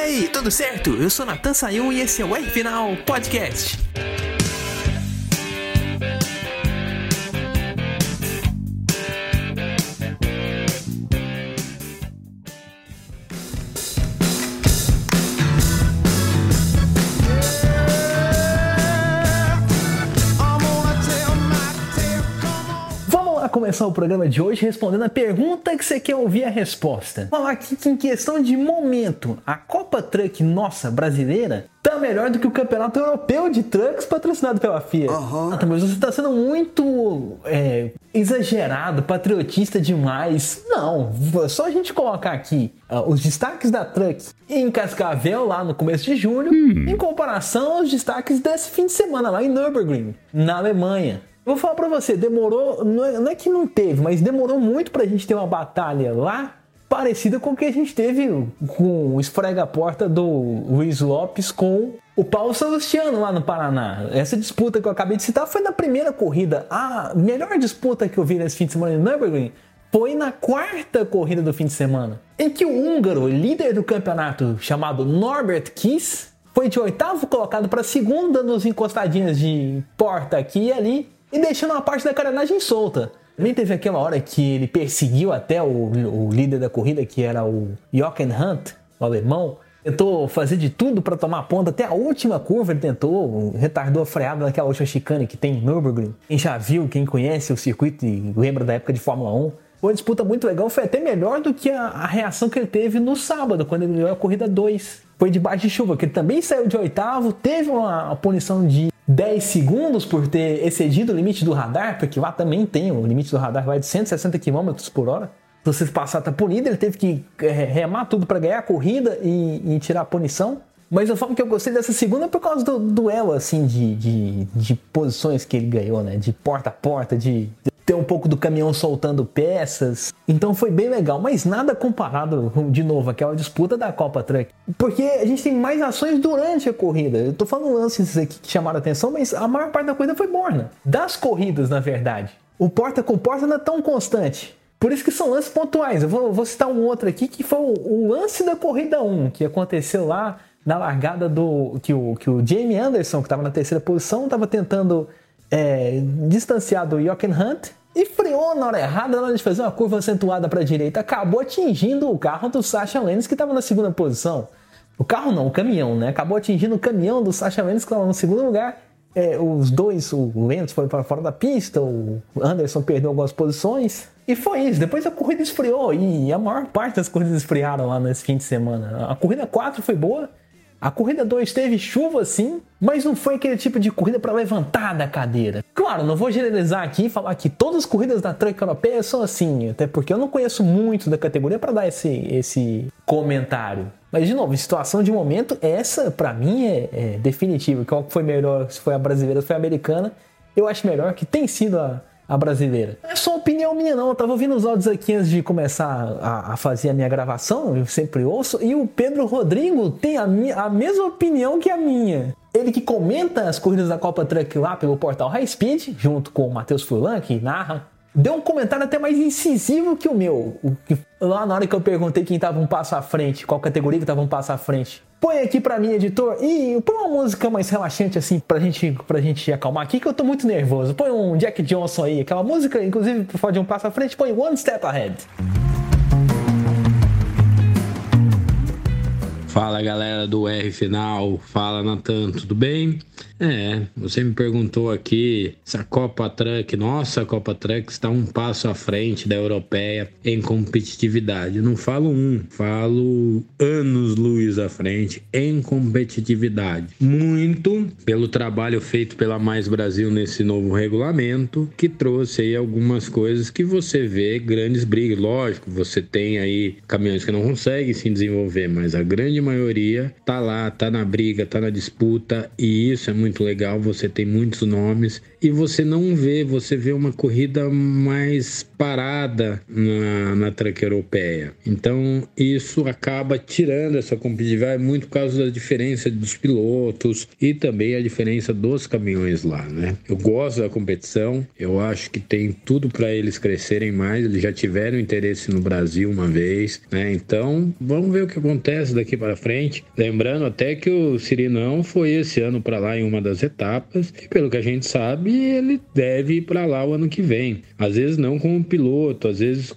aí, tudo certo? Eu sou Natan Sayun e esse é o R Final Podcast. Começar o programa de hoje respondendo a pergunta que você quer ouvir a resposta. Vamos falar aqui que em questão de momento, a Copa Truck nossa brasileira tá melhor do que o Campeonato Europeu de Trucks patrocinado pela FIA. Mas você tá sendo muito exagerado, patriotista demais. Não, só a gente colocar aqui os destaques da Truck em Cascavel lá no começo de julho, em comparação aos destaques desse fim de semana lá em Nürburgring, na Alemanha. Vou falar pra você, demorou, não é que não teve, mas demorou muito pra gente ter uma batalha lá parecida com o que a gente teve com o esfrega-porta do Luiz Lopes com o Paulo Salustiano lá no Paraná. Essa disputa que eu acabei de citar foi na primeira corrida. A melhor disputa que eu vi nesse fim de semana em Nürburgring foi na quarta corrida do fim de semana, em que o húngaro, líder do campeonato, chamado Norbert Kiss, foi de oitavo colocado para segundo, dando as encostadinhas de porta aqui e ali, e deixando uma parte da carenagem solta. Também teve aquela hora que ele perseguiu até o líder da corrida, que era o Jochen Hunt, o alemão. Tentou fazer de tudo para tomar ponta até a última curva. Ele tentou, retardou a freada naquela última chicane que tem em Nürburgring. Quem já viu, quem conhece o circuito e lembra da época de Fórmula 1. Foi uma disputa muito legal, foi até melhor do que a reação que ele teve no sábado, quando ele ganhou a corrida 2. Foi debaixo de chuva, que ele também saiu de oitavo, teve uma punição de 10 segundos por ter excedido o limite do radar, porque lá também tem o limite do radar, vai de 160 km por hora. Se você passar, tá punido, ele teve que remar tudo para ganhar a corrida e tirar a punição. Mas eu falo que eu gostei dessa segunda por causa do duelo, assim, de posições que ele ganhou, né? De porta a porta, de ter um pouco do caminhão soltando peças. Então foi bem legal, mas nada comparado, de novo, àquela disputa da Copa Truck. Porque a gente tem mais ações durante a corrida. Eu tô falando lances aqui que chamaram a atenção, mas a maior parte da corrida foi morna. Das corridas, na verdade. O porta com porta não é tão constante. Por isso que são lances pontuais. Eu vou citar um outro aqui, que foi o lance da corrida 1, que aconteceu lá na largada que o Jamie Anderson, que estava na terceira posição, estava tentando distanciar do Jochen Hunt e freou na hora errada, na hora de fazer uma curva acentuada para a direita, acabou atingindo o carro do Sasha Lenz, que estava na segunda posição. O carro não, o caminhão, né? Acabou atingindo o caminhão do Sasha Lenz, que estava no segundo lugar. Os dois, o Lenz foi para fora da pista, o Anderson perdeu algumas posições. E foi isso, depois a corrida esfriou e a maior parte das corridas esfriaram lá nesse fim de semana. A corrida 4 foi boa. A corrida 2 teve chuva sim, mas não foi aquele tipo de corrida para levantar da cadeira. Claro, não vou generalizar aqui e falar que todas as corridas da Truck europeia são assim, até porque eu não conheço muito da categoria para dar esse comentário. Mas, de novo, situação de momento, essa pra mim é definitiva. Qual foi melhor, se foi a brasileira ou se foi a americana, eu acho melhor que tem sido a brasileira. Não é só opinião minha não, eu tava ouvindo os áudios aqui antes de começar a fazer a minha gravação, eu sempre ouço, e o Pedro Rodrigo tem a mesma opinião que a minha. Ele que comenta as corridas da Copa Truck lá pelo portal High Speed, junto com o Matheus Furlan, que narra, deu um comentário até mais incisivo que o meu. Lá na hora que eu perguntei quem tava um passo à frente, qual categoria que tava um passo à frente. Põe aqui pra mim, editor, e põe uma música mais relaxante assim pra gente acalmar aqui, que eu tô muito nervoso. Põe um Jack Johnson aí, aquela música, inclusive, por falar de um passo à frente, põe One Step Ahead. Fala galera do R Final, fala Natan, tudo bem? Você me perguntou aqui se a Copa Truck, nossa Copa Truck está um passo à frente da europeia em competitividade. Eu não falo falo anos-luz à frente em competitividade. Muito pelo trabalho feito pela Mais Brasil nesse novo regulamento, que trouxe aí algumas coisas que você vê grandes brigas. Lógico, você tem aí caminhões que não conseguem se desenvolver, mas a grande maioria tá lá, tá na briga, tá na disputa, e isso é muito legal. Você tem muitos nomes e você vê uma corrida mais parada na truck europeia. Então isso acaba tirando essa competitividade muito por causa da diferença dos pilotos e também a diferença dos caminhões lá, né? Eu gosto da competição, eu acho que tem tudo para eles crescerem mais, eles já tiveram interesse no Brasil uma vez, né? Então vamos ver o que acontece daqui para frente. Lembrando até que o Cirinão foi esse ano para lá em uma das etapas e pelo que a gente sabe ele deve ir para lá o ano que vem. Às vezes não como piloto, às vezes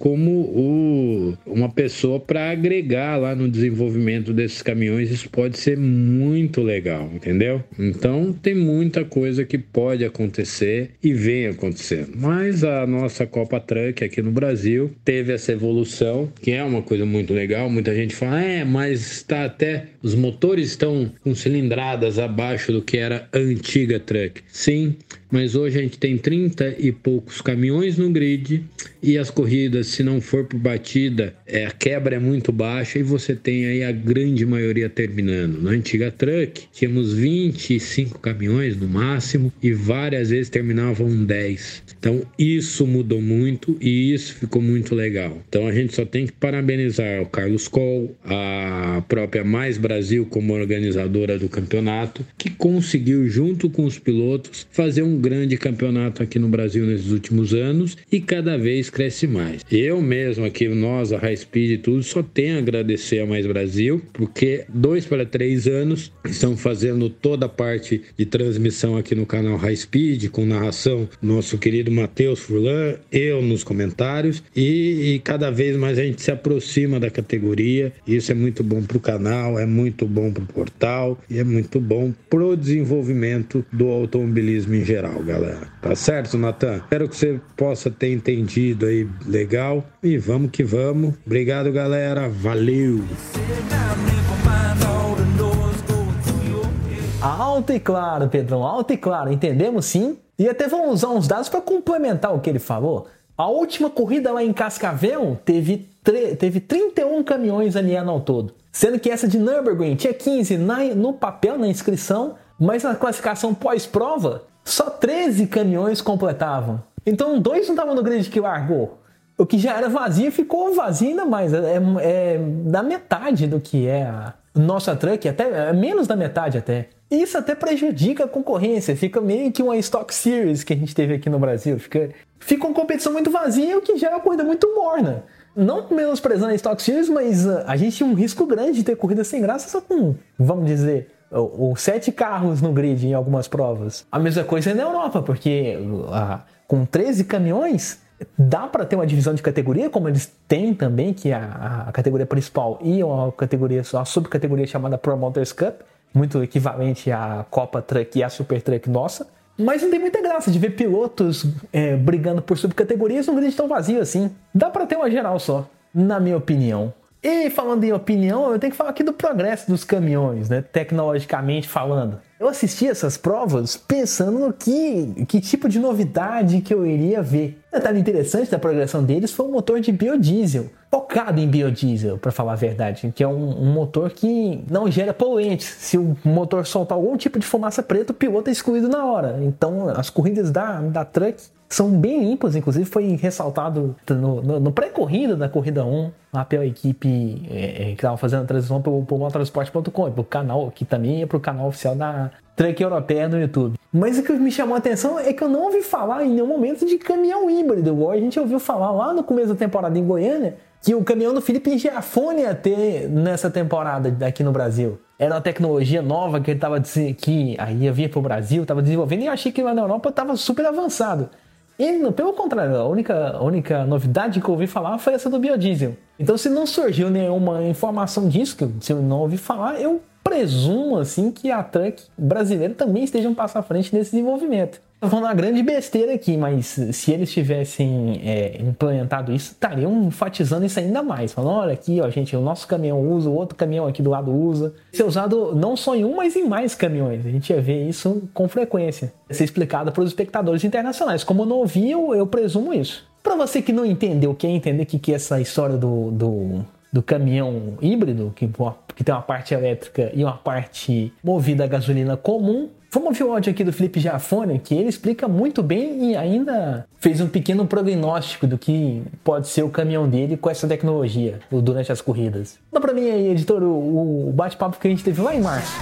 como uma pessoa para agregar lá no desenvolvimento desses caminhões. Isso pode ser muito legal, entendeu? Então tem muita coisa que pode acontecer e vem acontecendo. Mas a nossa Copa Truck aqui no Brasil teve essa evolução, que é uma coisa muito legal. Muita gente fala, mas está até os motores estão com cilindradas abaixo do que era a antiga Truck. Sim, mas hoje a gente tem 30 e poucos caminhões no grid e as corridas, se não for por batida, a quebra é muito baixa e você tem aí a grande maioria terminando. Na antiga Truck, tínhamos 25 caminhões no máximo e várias vezes terminavam 10. Então isso mudou muito e isso ficou muito legal. Então a gente só tem que parabenizar o Carlos Coll, a própria Mais Brasil como organizadora do campeonato, que conseguiu junto com os pilotos fazer um grande campeonato aqui no Brasil nesses últimos anos e cada vez cresce mais. Eu mesmo aqui, nós, a High Speed e tudo, só tenho a agradecer a Mais Brasil, porque 2 para 3 anos estão fazendo toda a parte de transmissão aqui no canal High Speed, com narração do nosso querido Matheus Furlan, eu nos comentários, e cada vez mais a gente se aproxima da categoria. Isso é muito bom para o canal, é muito bom para o portal e é muito bom para o desenvolvimento do automobilismo em geral, galera. Tá certo, Natan? Espero que você possa ter entendido aí legal e vamos que vamos. Obrigado, galera. Valeu! Alto e claro, Pedrão, alto e claro, entendemos sim. E até vamos usar uns dados para complementar o que ele falou. A última corrida lá em Cascavel teve 31 caminhões alinhando ao todo. Sendo que essa de Nürburgring tinha 15 no papel, na inscrição, mas na classificação pós-prova, só 13 caminhões completavam. Então 2 não estavam no grid que largou. O que já era vazio ficou vazio ainda mais. É da metade do que é a nossa Truck, até menos da metade até. Isso até prejudica a concorrência, fica meio que uma Stock Series que a gente teve aqui no Brasil. Fica uma competição muito vazia, o que já é uma corrida muito morna. Não menosprezando a Stock Series, mas a gente tinha um risco grande de ter corrida sem graça só com, vamos dizer, 7 carros no grid em algumas provas. A mesma coisa é na Europa, porque com 13 caminhões dá para ter uma divisão de categoria, como eles têm também, que é a categoria principal e a subcategoria chamada Promoters Cup, muito equivalente à Copa Truck e à Super Truck nossa. Mas não tem muita graça de ver pilotos brigando por subcategorias num grid tão vazio assim. Dá para ter uma geral só, na minha opinião. E falando em opinião, eu tenho que falar aqui do progresso dos caminhões, né? Tecnologicamente falando. Eu assisti essas provas pensando no que tipo de novidade que eu iria ver. Um detalhe interessante da progressão deles foi um motor de biodiesel, focado em biodiesel, para falar a verdade, que é um motor que não gera poluentes. Se o motor soltar algum tipo de fumaça preta, o piloto é excluído na hora. Então as corridas da Truck são bem limpas, inclusive foi ressaltado no pré-corrida da Corrida 1, lá pela equipe que estava fazendo a transmissão pelo motorsport.com, pelo canal, que também é para o canal oficial da Truck Europeia no YouTube. Mas o que me chamou a atenção é que eu não ouvi falar em nenhum momento de caminhão híbrido, igual a gente ouviu falar lá no começo da temporada em Goiânia, que o caminhão do Felipe Giafone ia ter nessa temporada aqui no Brasil. Era uma tecnologia nova que ele estava dizendo que aí ia vir para o Brasil, estava desenvolvendo, e eu achei que lá na Europa estava super avançado. E, pelo contrário, a única novidade que eu ouvi falar foi essa do biodiesel. Então, se não surgiu nenhuma informação disso, se eu não ouvi falar, eu presumo assim, que a Truck brasileira também esteja um passo à frente nesse desenvolvimento. Estou falando uma grande besteira aqui, mas se eles tivessem implementado isso, estariam enfatizando isso ainda mais. Falando, olha aqui, ó, gente, o nosso caminhão usa, o outro caminhão aqui do lado usa. Ser usado não só em um, mas em mais caminhões. A gente ia ver isso com frequência. Ser explicado para os espectadores internacionais. Como eu não ouvi, eu presumo isso. Para você que não entendeu, quer entender o que é essa história do caminhão híbrido, que tem uma parte elétrica e uma parte movida a gasolina comum, Vamos ouvir o áudio aqui do Felipe Giafone, que ele explica muito bem e ainda fez um pequeno prognóstico do que pode ser o caminhão dele com essa tecnologia durante as corridas. Dá pra mim aí, editor, o bate-papo que a gente teve lá em março.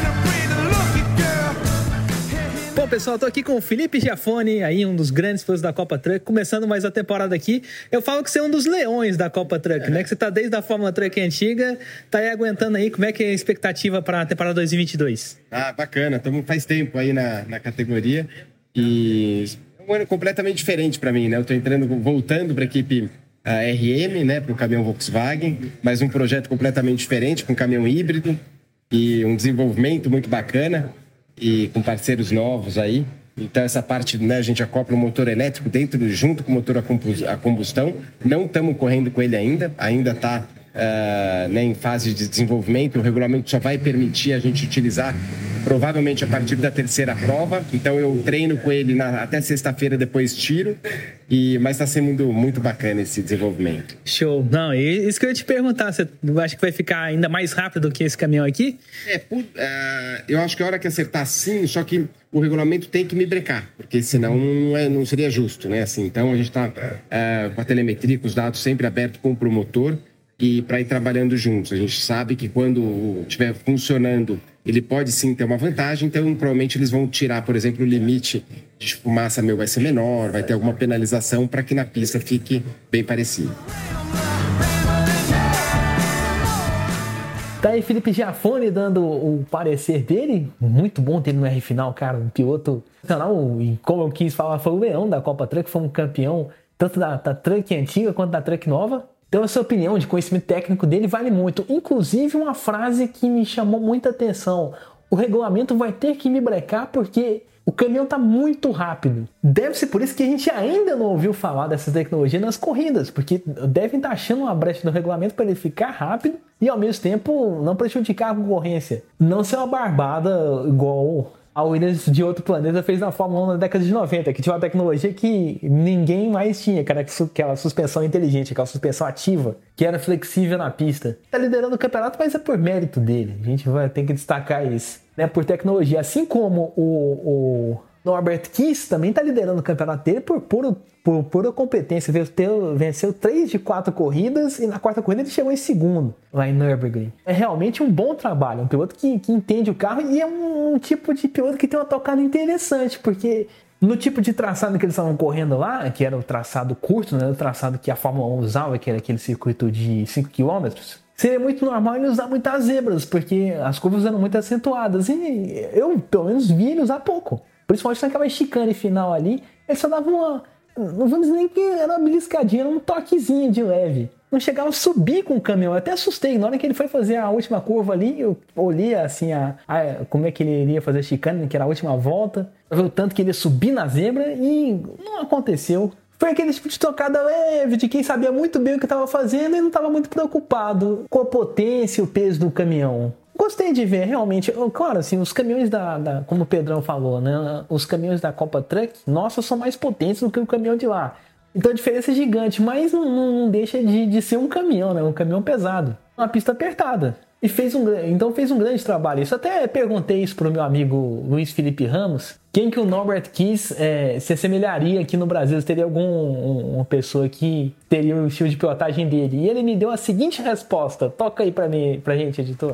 Bom, pessoal, tô aqui com o Felipe Giafone, aí um dos grandes pilotos da Copa Truck, começando mais uma temporada aqui. Eu falo que você é um dos leões da Copa Truck, né? Que você tá desde a Fórmula Truck antiga, tá aí aguentando aí. Como é que é a expectativa para a temporada 2022? Bacana. Estamos faz tempo aí na categoria e é um ano completamente diferente para mim, né? Eu tô voltando para a equipe RM, né? Para o caminhão Volkswagen, mas um projeto completamente diferente, com caminhão híbrido e um desenvolvimento muito bacana. E com parceiros novos aí. Então essa parte, né, a gente acopla o motor elétrico junto com o motor a combustão. Não estamos correndo com ele ainda está né, em fase de desenvolvimento. O regulamento só vai permitir a gente utilizar provavelmente a partir da terceira prova. Então eu treino com ele até sexta-feira, depois tiro. Mas está sendo muito bacana esse desenvolvimento. Show. Não, isso que eu ia te perguntar, você acha que vai ficar ainda mais rápido do que esse caminhão aqui? Eu acho que a hora que acertar sim, só que o regulamento tem que me brecar, porque senão não seria justo, né? Assim, então a gente está com a telemetria, com os dados sempre abertos com o promotor e para ir trabalhando juntos. A gente sabe que quando estiver funcionando, ele pode sim ter uma vantagem, então provavelmente eles vão tirar, por exemplo, o limite de fumaça vai ser menor, vai ter alguma penalização para que na pista fique bem parecido. Tá aí Felipe Giafone dando o parecer dele, muito bom ter ele no R Final, cara, um piloto canal, e como eu quis falar, foi o leão da Copa Truck, foi um campeão tanto da Truck antiga quanto da Truck nova. Então essa opinião de conhecimento técnico dele vale muito. Inclusive uma frase que me chamou muita atenção: o regulamento vai ter que me brecar porque o caminhão está muito rápido. Deve ser por isso que a gente ainda não ouviu falar dessa tecnologia nas corridas, porque devem estar achando uma brecha no regulamento para ele ficar rápido e ao mesmo tempo não prejudicar a concorrência. Não ser uma barbada igual a Williams de outro planeta fez na Fórmula 1 na década de 90, que tinha uma tecnologia que ninguém mais tinha, que era aquela suspensão inteligente, aquela suspensão ativa, que era flexível na pista. Tá liderando o campeonato, mas é por mérito dele. A gente vai ter que destacar isso, né? Por tecnologia. Assim como o Norbert Kiss também tá liderando o campeonato dele por pura competência. Venceu 3 de 4 corridas e na quarta corrida ele chegou em segundo lá em Nürburgring. É realmente um bom trabalho, um piloto que entende o carro e é um tipo de piloto que tem uma tocada interessante, porque no tipo de traçado que eles estavam correndo lá, que era o traçado curto, né, o traçado que a Fórmula 1 usava, que era aquele circuito de 5 km, seria muito normal ele usar muitas zebras, porque as curvas eram muito acentuadas e eu, pelo menos, vi ele usar pouco. Principalmente naquela chicane final ali, ele só dava não vamos dizer nem que era uma beliscadinha, era um toquezinho de leve. Não chegava a subir com o caminhão. Eu até assustei. Na hora que ele foi fazer a última curva ali, eu olhei assim como é que ele iria fazer a chicane, que era a última volta. Eu vi o tanto que ele ia subir na zebra e não aconteceu. Foi aquele tipo de tocada leve, de quem sabia muito bem o que estava fazendo e não estava muito preocupado com a potência e o peso do caminhão. Gostei de ver, realmente. Claro, assim, os caminhões como o Pedrão falou, né? Os caminhões da Copa Truck, nossa, são mais potentes do que o caminhão de lá. Então a diferença é gigante, mas não deixa de ser um caminhão, né? Um caminhão pesado. Uma pista apertada. E fez um grande trabalho. Isso até perguntei isso pro meu amigo Luiz Felipe Ramos. Quem que o Norbert Kiss se assemelharia aqui no Brasil? Se teria uma pessoa que teria o estilo de pilotagem dele? E ele me deu a seguinte resposta. Toca aí pra gente, editor.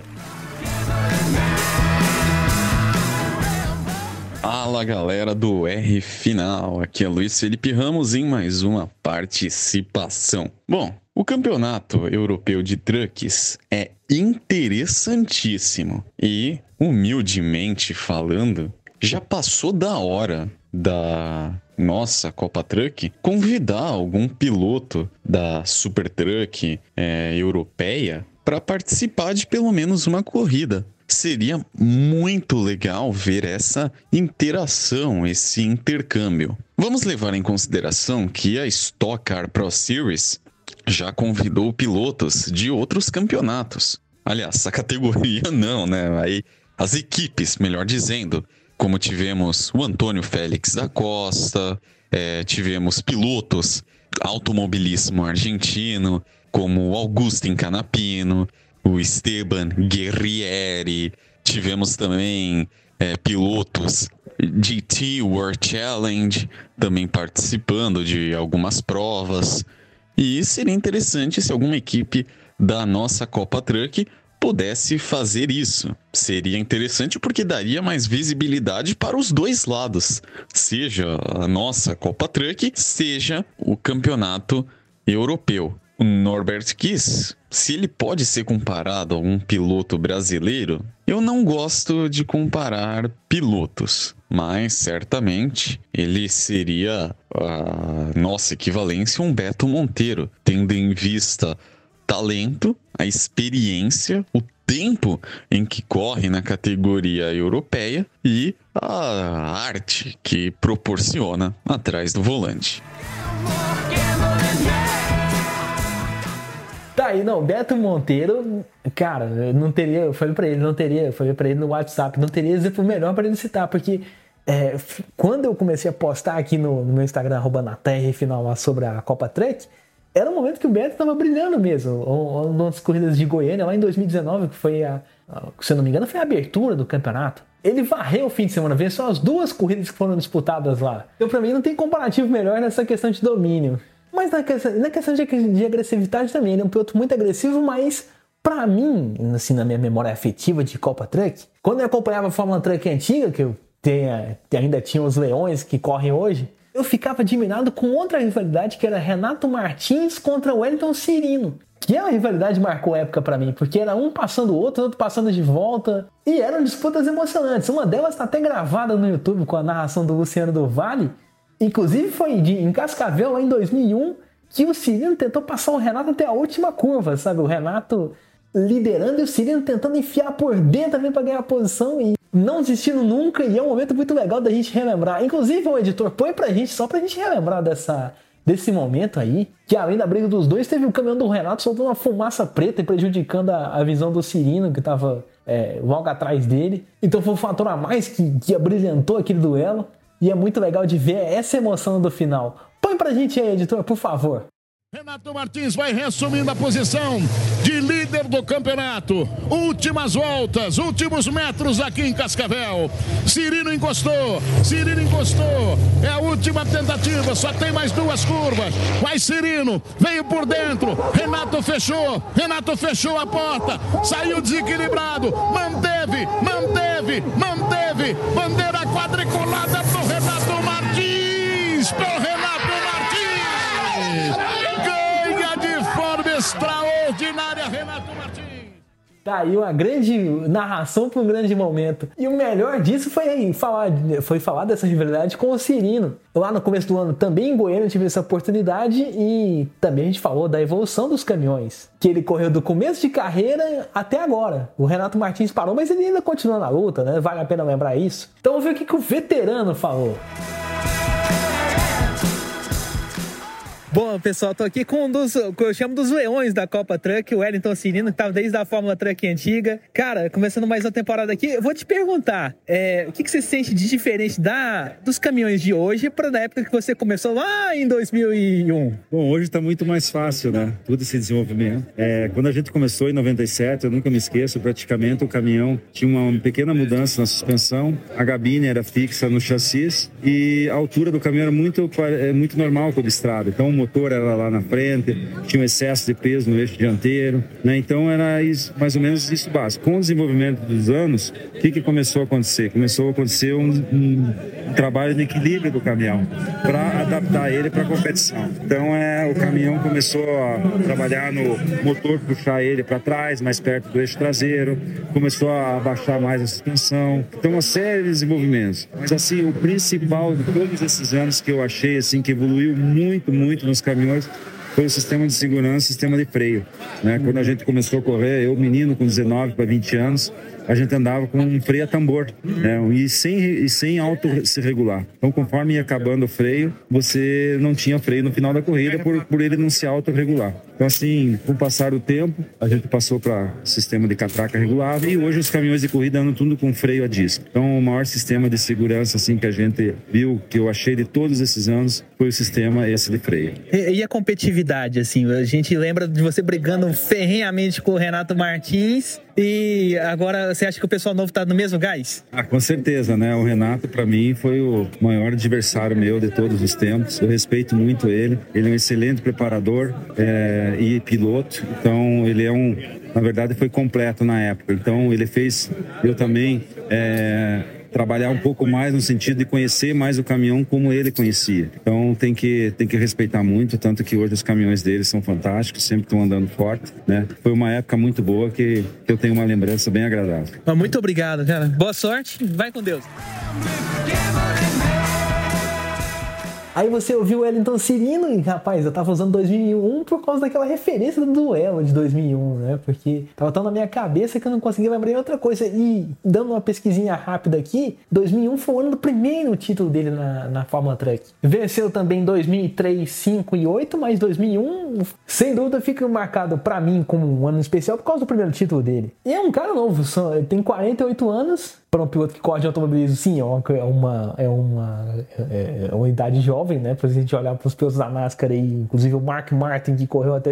Fala galera do R Final, aqui é Luiz Felipe Ramos em mais uma participação. Bom, o campeonato europeu de trucks é interessantíssimo e, humildemente falando, já passou da hora da nossa Copa Truck convidar algum piloto da Super Truck europeia para participar de pelo menos uma corrida. Seria muito legal ver essa interação, esse intercâmbio. Vamos levar em consideração que a Stock Car Pro Series já convidou pilotos de outros campeonatos. Aliás, a categoria não, né? Aí, as equipes, melhor dizendo, como tivemos o Antônio Félix da Costa, tivemos pilotos automobilismo argentino, como o Agustin Canapino, o Esteban Guerrieri, tivemos também pilotos GT World Challenge também participando de algumas provas. E seria interessante se alguma equipe da nossa Copa Truck pudesse fazer isso. Seria interessante porque daria mais visibilidade para os dois lados, seja a nossa Copa Truck, seja o campeonato europeu. O Norbert Kiss, se ele pode ser comparado a um piloto brasileiro, eu não gosto de comparar pilotos, mas certamente ele seria a nossa equivalência a um Beto Monteiro, tendo em vista talento, a experiência, o tempo em que corre na categoria europeia e a arte que proporciona atrás do volante. Tá aí, não, Beto Monteiro, cara, não teria, eu falei pra ele no WhatsApp, não teria exemplo melhor pra ele citar, porque quando eu comecei a postar aqui no meu Instagram, @naterrafinal lá sobre a Copa Truck, era um momento que o Beto tava brilhando mesmo, nas corridas de Goiânia, lá em 2019, que foi se eu não me engano, foi a abertura do campeonato. Ele varreu o fim de semana, venceu as 2 corridas que foram disputadas lá. Então, pra mim, não tem comparativo melhor nessa questão de domínio. Mas na questão de agressividade também, ele é um piloto muito agressivo, mas pra mim, assim, na minha memória afetiva de Copa Truck, quando eu acompanhava a Fórmula Truck antiga, que ainda tinha os leões que correm hoje, eu ficava admirado com outra rivalidade que era Renato Martins contra Wellington Cirino. Que é uma rivalidade que marcou época pra mim, porque era um passando o outro passando de volta, e eram disputas emocionantes. Uma delas tá até gravada no YouTube com a narração do Luciano do Vale. Inclusive foi em Cascavel, lá em 2001, que o Cirino tentou passar o Renato até a última curva, sabe? O Renato liderando e o Cirino tentando enfiar por dentro também para ganhar a posição e não desistindo nunca. E é um momento muito legal da gente relembrar. Inclusive, o editor põe pra gente, só pra gente relembrar desse momento aí, que além da briga dos dois, teve o caminhão do Renato soltando uma fumaça preta e prejudicando a visão do Cirino, que tava logo atrás dele. Então foi um fator a mais que abrilhantou aquele duelo. E é muito legal de ver essa emoção do final. Põe pra gente aí, editor, por favor. Renato Martins vai reassumindo a posição de líder do campeonato. Últimas voltas, últimos metros aqui em Cascavel. Cirino encostou. É a última tentativa, só tem mais 2 curvas. Vai Cirino, veio por dentro. Renato fechou a porta. Saiu desequilibrado. Manteve. Bandeira quadriculada pro Renato Martins. Extraordinária, Renato Martins. Tá aí uma grande narração para um grande momento. E o melhor disso foi falar dessa rivalidade com o Cirino. Lá no começo do ano, também em Goiânia, eu tive essa oportunidade e também a gente falou da evolução dos caminhões. Que ele correu do começo de carreira até agora. O Renato Martins parou, mas ele ainda continua na luta, né? Vale a pena lembrar isso. Então vamos ver o que o veterano falou. Bom, pessoal, tô aqui com que eu chamo dos leões da Copa Truck, o Wellington Cirino, que tava desde a Fórmula Truck antiga. Cara, começando mais uma temporada aqui, eu vou te perguntar, o que você sente de diferente dos caminhões de hoje para da época que você começou lá em 2001? Bom, hoje tá muito mais fácil, né? Todo esse desenvolvimento. Quando a gente começou em 97, eu nunca me esqueço, praticamente o caminhão tinha uma pequena mudança na suspensão, a gabine era fixa no chassi e a altura do caminhão era muito normal com a estrada. Então, o motor era lá na frente, tinha um excesso de peso no eixo dianteiro, né? Então era isso, mais ou menos isso básico. Com o desenvolvimento dos anos, o que começou a acontecer? Começou a acontecer um trabalho de equilíbrio do caminhão para adaptar ele para a competição. Então o caminhão começou a trabalhar no motor, puxar ele para trás, mais perto do eixo traseiro, começou a abaixar mais a suspensão. Então uma série de desenvolvimentos. Mas assim, o principal de todos esses anos que eu achei assim que evoluiu muito nos caminhões foi o sistema de segurança, sistema de freio, né? Quando a gente começou a correr, eu menino com 19 para 20 anos, a gente andava com um freio a tambor, né? E sem auto se regular. Então, conforme ia acabando o freio, você não tinha freio no final da corrida por ele não se autorregular. Então, assim, com o passar do tempo, a gente passou para sistema de catraca regulável e hoje os caminhões de corrida andam tudo com freio a disco. Então, o maior sistema de segurança assim, que a gente viu, que eu achei de todos esses anos, foi o sistema esse de freio. E a competitividade, assim? A gente lembra de você brigando ferrenhamente com o Renato Martins e agora você acha que o pessoal novo tá no mesmo gás? Com certeza, né? O Renato, para mim, foi o maior adversário meu de todos os tempos. Eu respeito muito ele. Ele é um excelente preparador e piloto. Então, ele na verdade, foi completo na época. Então, ele fez eu também trabalhar um pouco mais no sentido de conhecer mais o caminhão como ele conhecia. Então tem que respeitar muito, tanto que hoje os caminhões dele são fantásticos, sempre estão andando forte, né? Foi uma época muito boa que eu tenho uma lembrança bem agradável. Muito obrigado, cara. Boa sorte, vai com Deus. Aí você ouviu o Wellington Cirino e, rapaz, eu tava usando 2001 por causa daquela referência do duelo de 2001, né? Porque tava tão na minha cabeça que eu não conseguia lembrar de outra coisa. E, dando uma pesquisinha rápida aqui, 2001 foi o ano do primeiro título dele na Fórmula Truck. Venceu também 2003, 2005 e 2008, mas 2001, sem dúvida, fica marcado pra mim como um ano especial por causa do primeiro título dele. E é um cara novo, ele tem 48 anos. Para um piloto que corre de automobilismo, sim, é uma idade jovem, né? Pra gente olhar para os pilotos da NASCAR aí, inclusive o Mark Martin, que correu até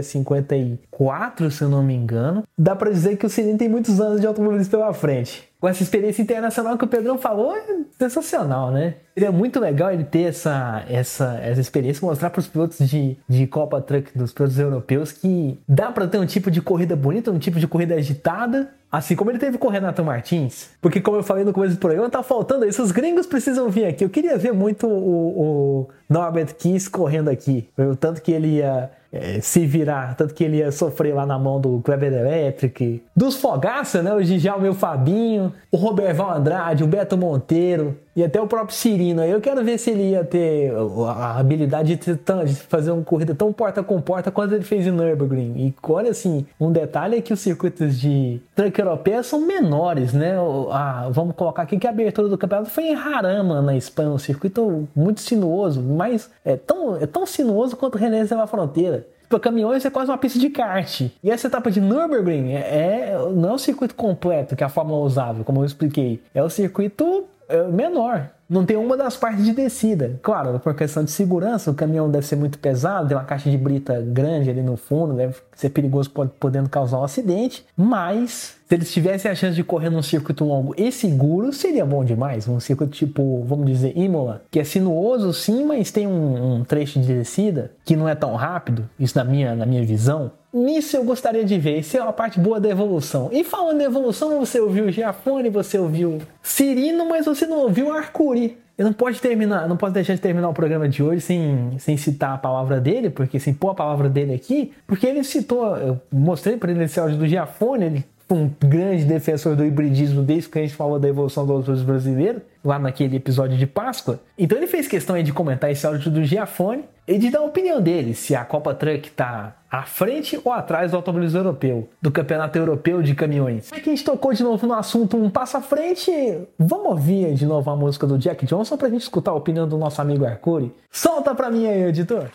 54, se eu não me engano. Dá para dizer que o Cirino tem muitos anos de automobilismo pela frente. Com essa experiência internacional que o Pedrão falou, é sensacional, né? Seria muito legal ele ter essa experiência, mostrar para os pilotos de Copa Truck, dos pilotos europeus, que dá para ter um tipo de corrida bonita, um tipo de corrida agitada, assim como ele teve com o Renato Martins. Porque, como eu falei no começo do programa, tá faltando isso. Os gringos precisam vir aqui. Eu queria ver muito o Norbert Kiss correndo aqui. O tanto que ele ia se virar, tanto que ele ia sofrer lá na mão do Kleber Electric, dos Fogaça, né? O Djalma e o Fabinho, o Roberval Andrade, o Beto Monteiro e até o próprio Cirino. Eu quero ver se ele ia ter a habilidade de fazer uma corrida tão porta com porta quanto ele fez em Nürburgring. E olha, assim, um detalhe é que os circuitos de truck europeia são menores, né? Vamos colocar aqui que a abertura do campeonato foi em Jarama, na Espanha, um circuito muito sinuoso, mas é tão sinuoso quanto o René da Fronteira. Para caminhões é quase uma pista de kart. E essa etapa de Nürburgring não é o circuito completo que a Fórmula usava, como eu expliquei. É o circuito menor. Não tem uma das partes de descida. Claro, por questão de segurança, o caminhão deve ser muito pesado, tem uma caixa de brita grande ali no fundo, deve ser perigoso, podendo causar um acidente. Mas, se eles tivessem a chance de correr num circuito longo e seguro, seria bom demais. Um circuito tipo, vamos dizer, Imola, que é sinuoso sim, mas tem um trecho de descida que não é tão rápido, isso na minha visão. Nisso eu gostaria de ver, isso é uma parte boa da evolução. E falando em evolução, você ouviu o Giafone, você ouviu Cirino, mas você não ouviu Arcuri. Eu não posso deixar de terminar o programa de hoje sem citar a palavra dele, porque sem pôr a palavra dele aqui, porque ele citou, eu mostrei para ele esse áudio do Giafone, ele foi um grande defensor do hibridismo desde que a gente falou da evolução dos autores brasileiros, lá naquele episódio de Páscoa. Então ele fez questão aí de comentar esse áudio do Giafone e de dar a opinião dele, se a Copa Truck está à frente ou atrás do automobilismo europeu, do Campeonato Europeu de Caminhões. Aqui a gente tocou de novo no assunto um passo à frente, vamos ouvir de novo a música do Jack Johnson pra gente escutar a opinião do nosso amigo Arcuri. Solta pra mim aí, editor!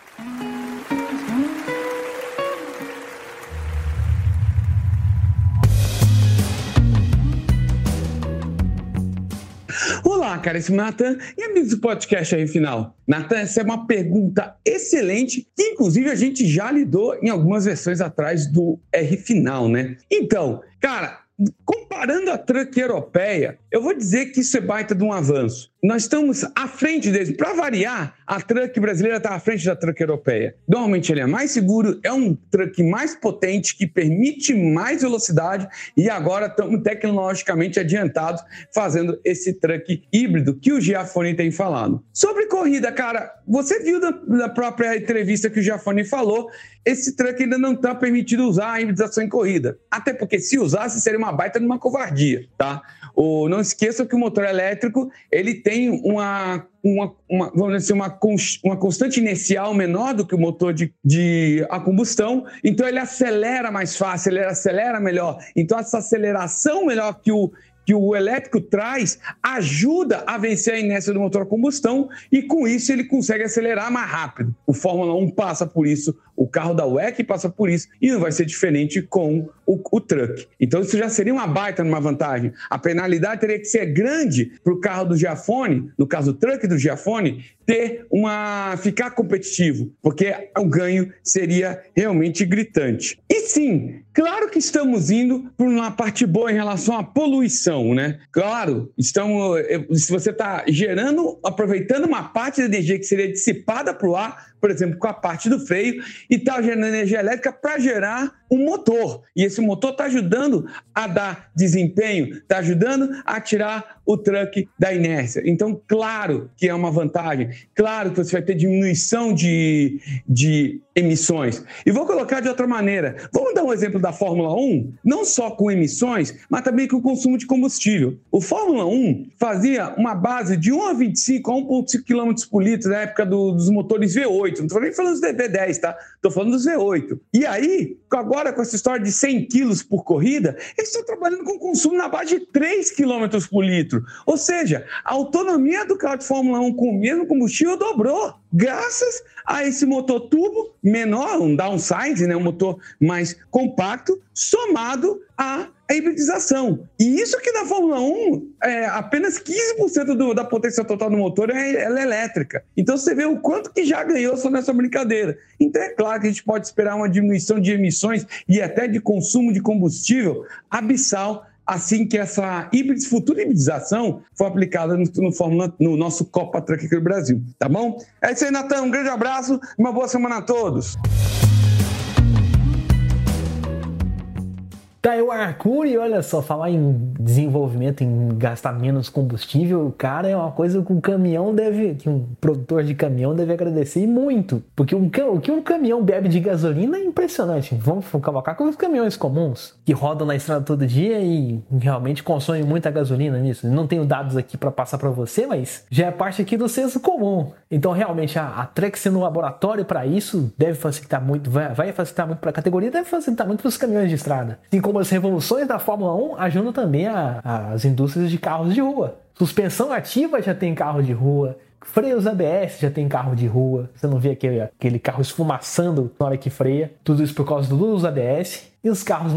Olá, caríssimo Natan e amigos do podcast aí final. Natan, essa é uma pergunta excelente que, inclusive, a gente já lidou em algumas versões atrás do R Final, né? Então, cara, comparando a truck europeia, eu vou dizer que isso é baita de um avanço. Nós estamos à frente deles. Para variar, a truck brasileira está à frente da truck europeia. Normalmente ele é mais seguro, é um truck mais potente, que permite mais velocidade e agora estamos tecnologicamente adiantados fazendo esse truck híbrido que o Giafone tem falado. Sobre corrida, cara, você viu na própria entrevista que o Giafone falou, esse truck ainda não está permitido usar a hibridação em corrida. Até porque se usasse seria uma baita de uma covardia, tá? Não esqueça que o motor elétrico ele tem vamos dizer, uma constante inicial menor do que o motor a combustão, então ele acelera mais fácil, ele acelera melhor. Então essa aceleração melhor que o elétrico traz ajuda a vencer a inércia do motor a combustão e com isso ele consegue acelerar mais rápido. O Fórmula 1 passa por isso, O carro da WEC passa por isso e não vai ser diferente com o truck. Então isso já seria uma baita numa vantagem. A penalidade teria que ser grande para o carro do Giafone, no caso o truck do Giafone, ficar competitivo, porque o ganho seria realmente gritante. E sim, claro que estamos indo por uma parte boa em relação à poluição, né? Claro, se você está aproveitando uma parte da energia que seria dissipada para o ar, por exemplo, com a parte do freio, e está gerando energia elétrica para gerar um motor. E esse motor está ajudando a dar desempenho, está ajudando a tirar o truck da inércia. Então, claro que é uma vantagem. Claro que você vai ter diminuição de emissões. E vou colocar de outra maneira. Vamos dar um exemplo da Fórmula 1, não só com emissões, mas também com o consumo de combustível. O Fórmula 1 fazia uma base de 1,25 a 1,5 km por litro na época dos motores V8. Não estou nem falando dos V10, tá? Estou falando dos V8. E aí, agora com essa história de 100 quilos por corrida, eles estão trabalhando com consumo na base de 3 km por litro. Ou seja, a autonomia do carro de Fórmula 1 com o mesmo combustível dobrou, graças a esse motor turbo menor, um downsize, né, um motor mais compacto, somado à hibridização. E isso que na Fórmula 1, apenas 15% da potência total do motor ela é elétrica. Então você vê o quanto que já ganhou só nessa brincadeira. Então é claro que a gente pode esperar uma diminuição de emissões e até de consumo de combustível abissal, assim que essa futura hibridização for aplicada no nosso Copa Truck aqui no Brasil, tá bom? É isso aí, Natan, um grande abraço e uma boa semana a todos. Tá aí o Arthur, e olha só, falar em desenvolvimento, em gastar menos combustível, cara, é uma coisa que que um produtor de caminhão deve agradecer muito, porque o que um caminhão bebe de gasolina é impressionante. Vamos colocar com os caminhões comuns, que rodam na estrada todo dia e realmente consomem muita gasolina nisso. Não tenho dados aqui para passar para você, mas já é parte aqui do senso comum. Então, realmente, a Trek sendo um laboratório para isso, deve facilitar muito, vai facilitar muito para a categoria, deve facilitar muito para os caminhões de estrada. Assim como as revoluções da Fórmula 1 ajudam também as indústrias de carros de rua. Suspensão ativa já tem carro de rua, freios ABS já tem carro de rua. Você não vê aquele carro esfumaçando na hora que freia. Tudo isso por causa do uso ABS. E os carros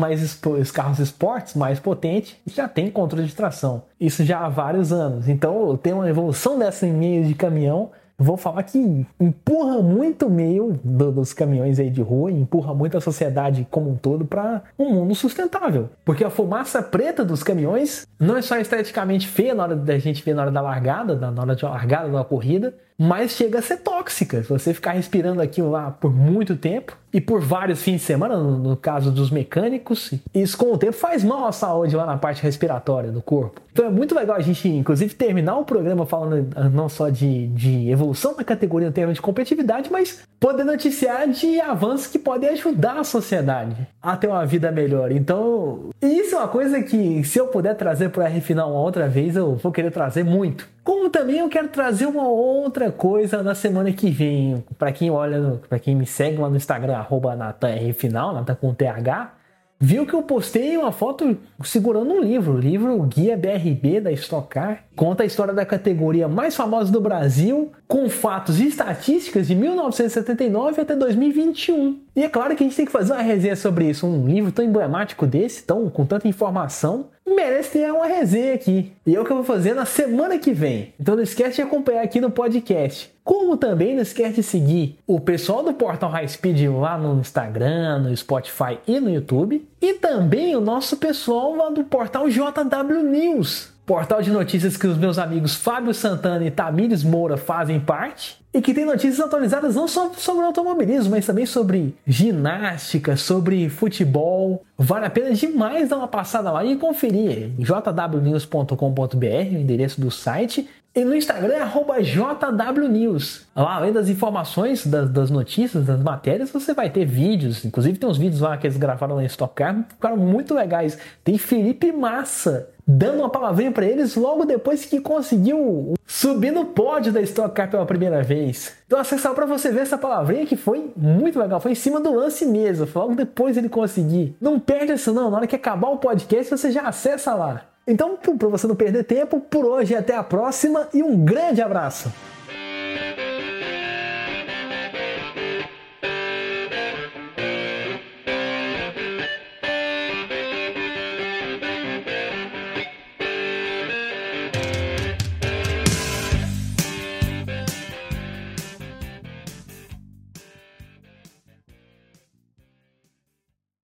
esportes mais potentes já tem controle de tração. Isso já há vários anos. Então tem uma evolução dessa em meio de caminhão. Vou falar que empurra muito o meio dos caminhões aí de rua, empurra muito a sociedade como um todo para um mundo sustentável. Porque a fumaça preta dos caminhões não é só esteticamente feia na hora da gente ver na hora da largada, na hora de uma largada de uma corrida, mas chega a ser tóxica. Se você ficar respirando aquilo lá por muito tempo e por vários fins de semana, no caso dos mecânicos, isso com o tempo faz mal à saúde lá na parte respiratória do corpo. Então é muito legal a gente, inclusive, terminar o programa falando não só de evolução da categoria no termo de competitividade, mas poder noticiar de avanços que podem ajudar a sociedade a ter uma vida melhor. Então, isso é uma coisa que, se eu puder trazer para o R-Final uma outra vez, eu vou querer trazer muito. Como também eu quero trazer uma outra coisa na semana que vem. Para quem me segue lá no Instagram, @NatanRFinal, Natan com TH, viu que eu postei uma foto segurando um livro, o livro Guia BRB da Stock Car. Conta a história da categoria mais famosa do Brasil, com fatos e estatísticas de 1979 até 2021. E é claro que a gente tem que fazer uma resenha sobre isso. Um livro tão emblemático desse, com tanta informação, merece ter uma resenha aqui. E é o que eu vou fazer na semana que vem. Então não esquece de acompanhar aqui no podcast. Como também não esquece de seguir o pessoal do Portal High Speed lá no Instagram, no Spotify e no YouTube. E também o nosso pessoal lá do Portal JW News. Portal de notícias que os meus amigos Fábio Santana e Tamires Moura fazem parte. E que tem notícias atualizadas não só sobre automobilismo, mas também sobre ginástica, sobre futebol. Vale a pena demais dar uma passada lá e conferir. jwnews.com.br, o endereço do site. E no Instagram é @jwnews. Lá, além das informações, das notícias, das matérias, você vai ter vídeos. Inclusive tem uns vídeos lá que eles gravaram na Stock Car, ficaram muito legais. Tem Felipe Massa dando uma palavrinha para eles logo depois que conseguiu subir no pódio da Stock Car pela primeira vez. Então acessa para você ver essa palavrinha que foi muito legal. Foi em cima do lance mesmo, foi logo depois ele conseguir. Não perde isso não, na hora que acabar o podcast você já acessa lá. Então, para você não perder tempo, por hoje até a próxima e um grande abraço!